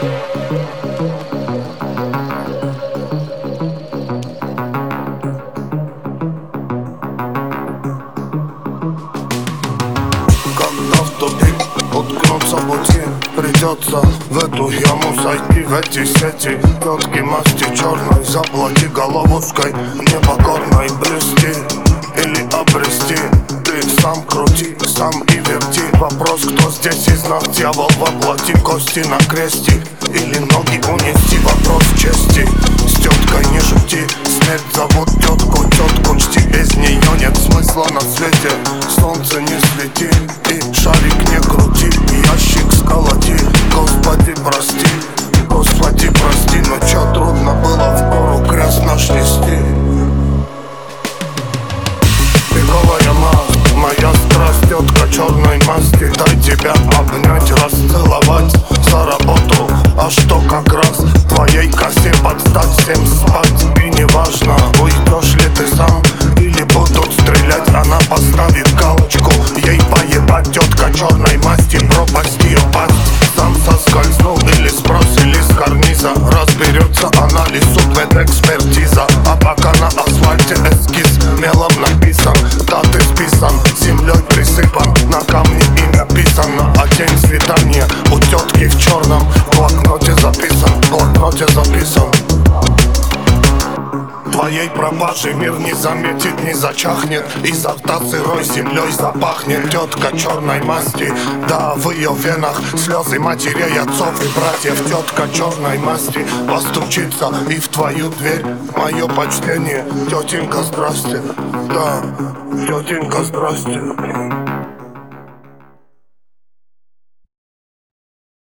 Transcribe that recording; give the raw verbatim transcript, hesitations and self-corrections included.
Когда в тупик уткнуться пути, придется в эту яму зайти, в эти сети. Тетки масти черной, заплати головушкой непокорной, блести или обрести. Ты сам крути, сам и верти. Вопрос, кто здесь из нас дьявол воплоти, кости на кресте или ноги унести. Вопрос чести, с теткой не шути. Смерть зовут тетку, тетку чти. Без нее нет смысла на свете. Солнце не свети и шарик не крути. Ящик сколоти, Господи прости, Господи прости. Но чё трудно было в гору крест наш нести. Пиковая маска, моя страсть, тетка черной маски. Дай тебя обнять, расцеловать за работу. А что как раз твоей косе подстать, всем спать. И неважно, уйдешь ли ты сам или будут стрелять. Она поставит галочку, ей поебать. Тетка черной масти, пропасть ее пасть. Сам соскользнул или сбросили с карниза. Разберется анализ, суд, ветэкспертиза. А пока на асфальте эскиз мелом написан. Даты списан, землей присыпан. На камне и написано, а день свидания у тетки в черном. В блокноте записан, в блокноте записан. Твоей пропажи мир не заметит, не зачахнет. Изо рта сырой землей запахнет. Тетка черной масти, да, в ее венах слезы матерей, отцов и братьев. Тетка черной масти постучится и в твою дверь. Мое почтение, тетенька, здрасте. Да, тетенька, здрасте.